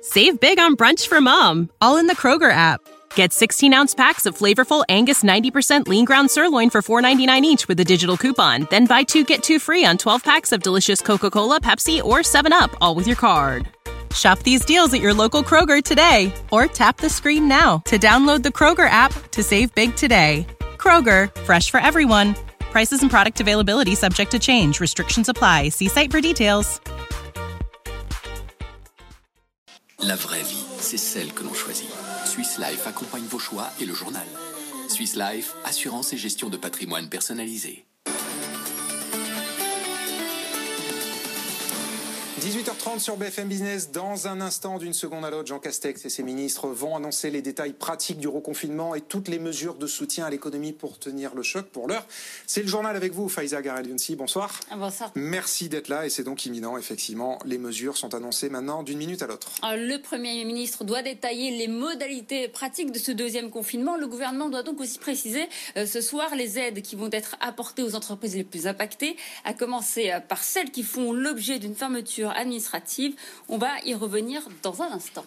Save big on brunch for mom, all in the Kroger app. Get 16-ounce packs of flavorful Angus 90% lean ground sirloin for $4.99 each with a digital coupon. Then buy 2, get 2 free on 12 packs of delicious Coca-Cola, Pepsi, or 7-Up, all with your card. Shop these deals at your local Kroger today, or tap the screen now to download the Kroger app to save big today. Kroger, fresh for everyone. Prices and product availability subject to change. Restrictions apply. See site for details. La vraie vie, c'est celle que l'on choisit. Swiss Life accompagne vos choix et le journal. Swiss Life, assurance et gestion de patrimoine personnalisé. 18h30 sur BFM Business. Dans un instant, d'une seconde à l'autre, Jean Castex et ses ministres vont annoncer les détails pratiques du reconfinement et toutes les mesures de soutien à l'économie pour tenir le choc. Pour l'heure, c'est le journal avec vous, Faiza Garel-Younsi. Bonsoir. Bonsoir. Merci d'être là et c'est donc imminent, effectivement. Les mesures sont annoncées maintenant d'une minute à l'autre. Le Premier ministre doit détailler les modalités pratiques de ce deuxième confinement. Le gouvernement doit donc aussi préciser ce soir les aides qui vont être apportées aux entreprises les plus impactées, à commencer par celles qui font l'objet d'une fermeture administrative. On va y revenir dans un instant.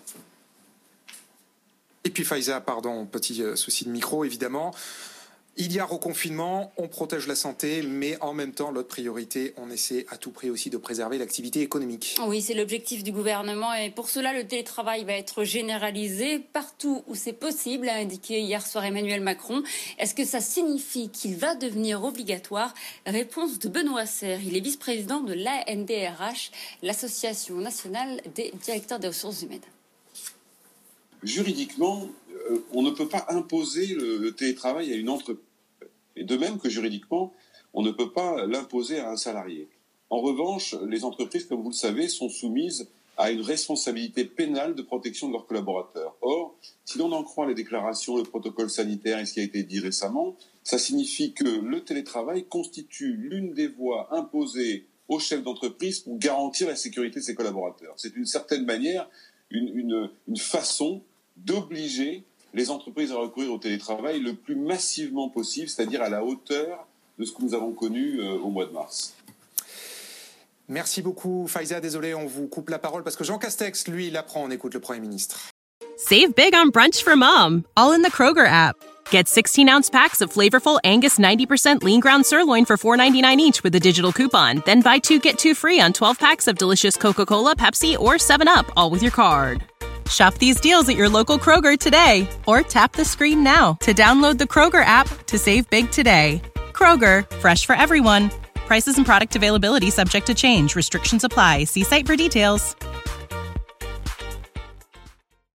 Et puis Faiza, pardon, petit souci de micro évidemment. Il y a reconfinement, on protège la santé, mais en même temps, l'autre priorité, on essaie à tout prix aussi de préserver l'activité économique. Oui, c'est l'objectif du gouvernement et pour cela, le télétravail va être généralisé partout où c'est possible, a indiqué hier soir Emmanuel Macron. Est-ce que ça signifie qu'il va devenir obligatoire ? Réponse de Benoît Serre, il est vice-président de l'ANDRH, l'Association nationale des directeurs des ressources humaines. Juridiquement, on ne peut pas imposer le télétravail à une entreprise. Et de même que juridiquement, on ne peut pas l'imposer à un salarié. En revanche, les entreprises, comme vous le savez, sont soumises à une responsabilité pénale de protection de leurs collaborateurs. Or, si l'on en croit les déclarations, le protocole sanitaire et ce qui a été dit récemment, ça signifie que le télétravail constitue l'une des voies imposées aux chefs d'entreprise pour garantir la sécurité de ses collaborateurs. C'est d'une certaine manière une façon d'obliger les entreprises à recourir au télétravail le plus massivement possible, c'est-à-dire à la hauteur de ce que nous avons connu au mois de mars. Merci beaucoup Faiza, désolé on vous coupe la parole parce que Jean Castex, lui, il apprend, on écoute le Premier ministre. Save big on brunch for mom, all in the Kroger app. Get 16-ounce packs of flavorful Angus 90% lean ground sirloin for $4.99 each with a digital coupon. Then buy 2, get 2 free on 12 packs of delicious Coca-Cola, Pepsi, or 7-Up, all with your card. Shop these deals at your local Kroger today, or tap the screen now to download the Kroger app to save big today. Kroger, fresh for everyone. Prices and product availability subject to change. Restrictions apply. See site for details.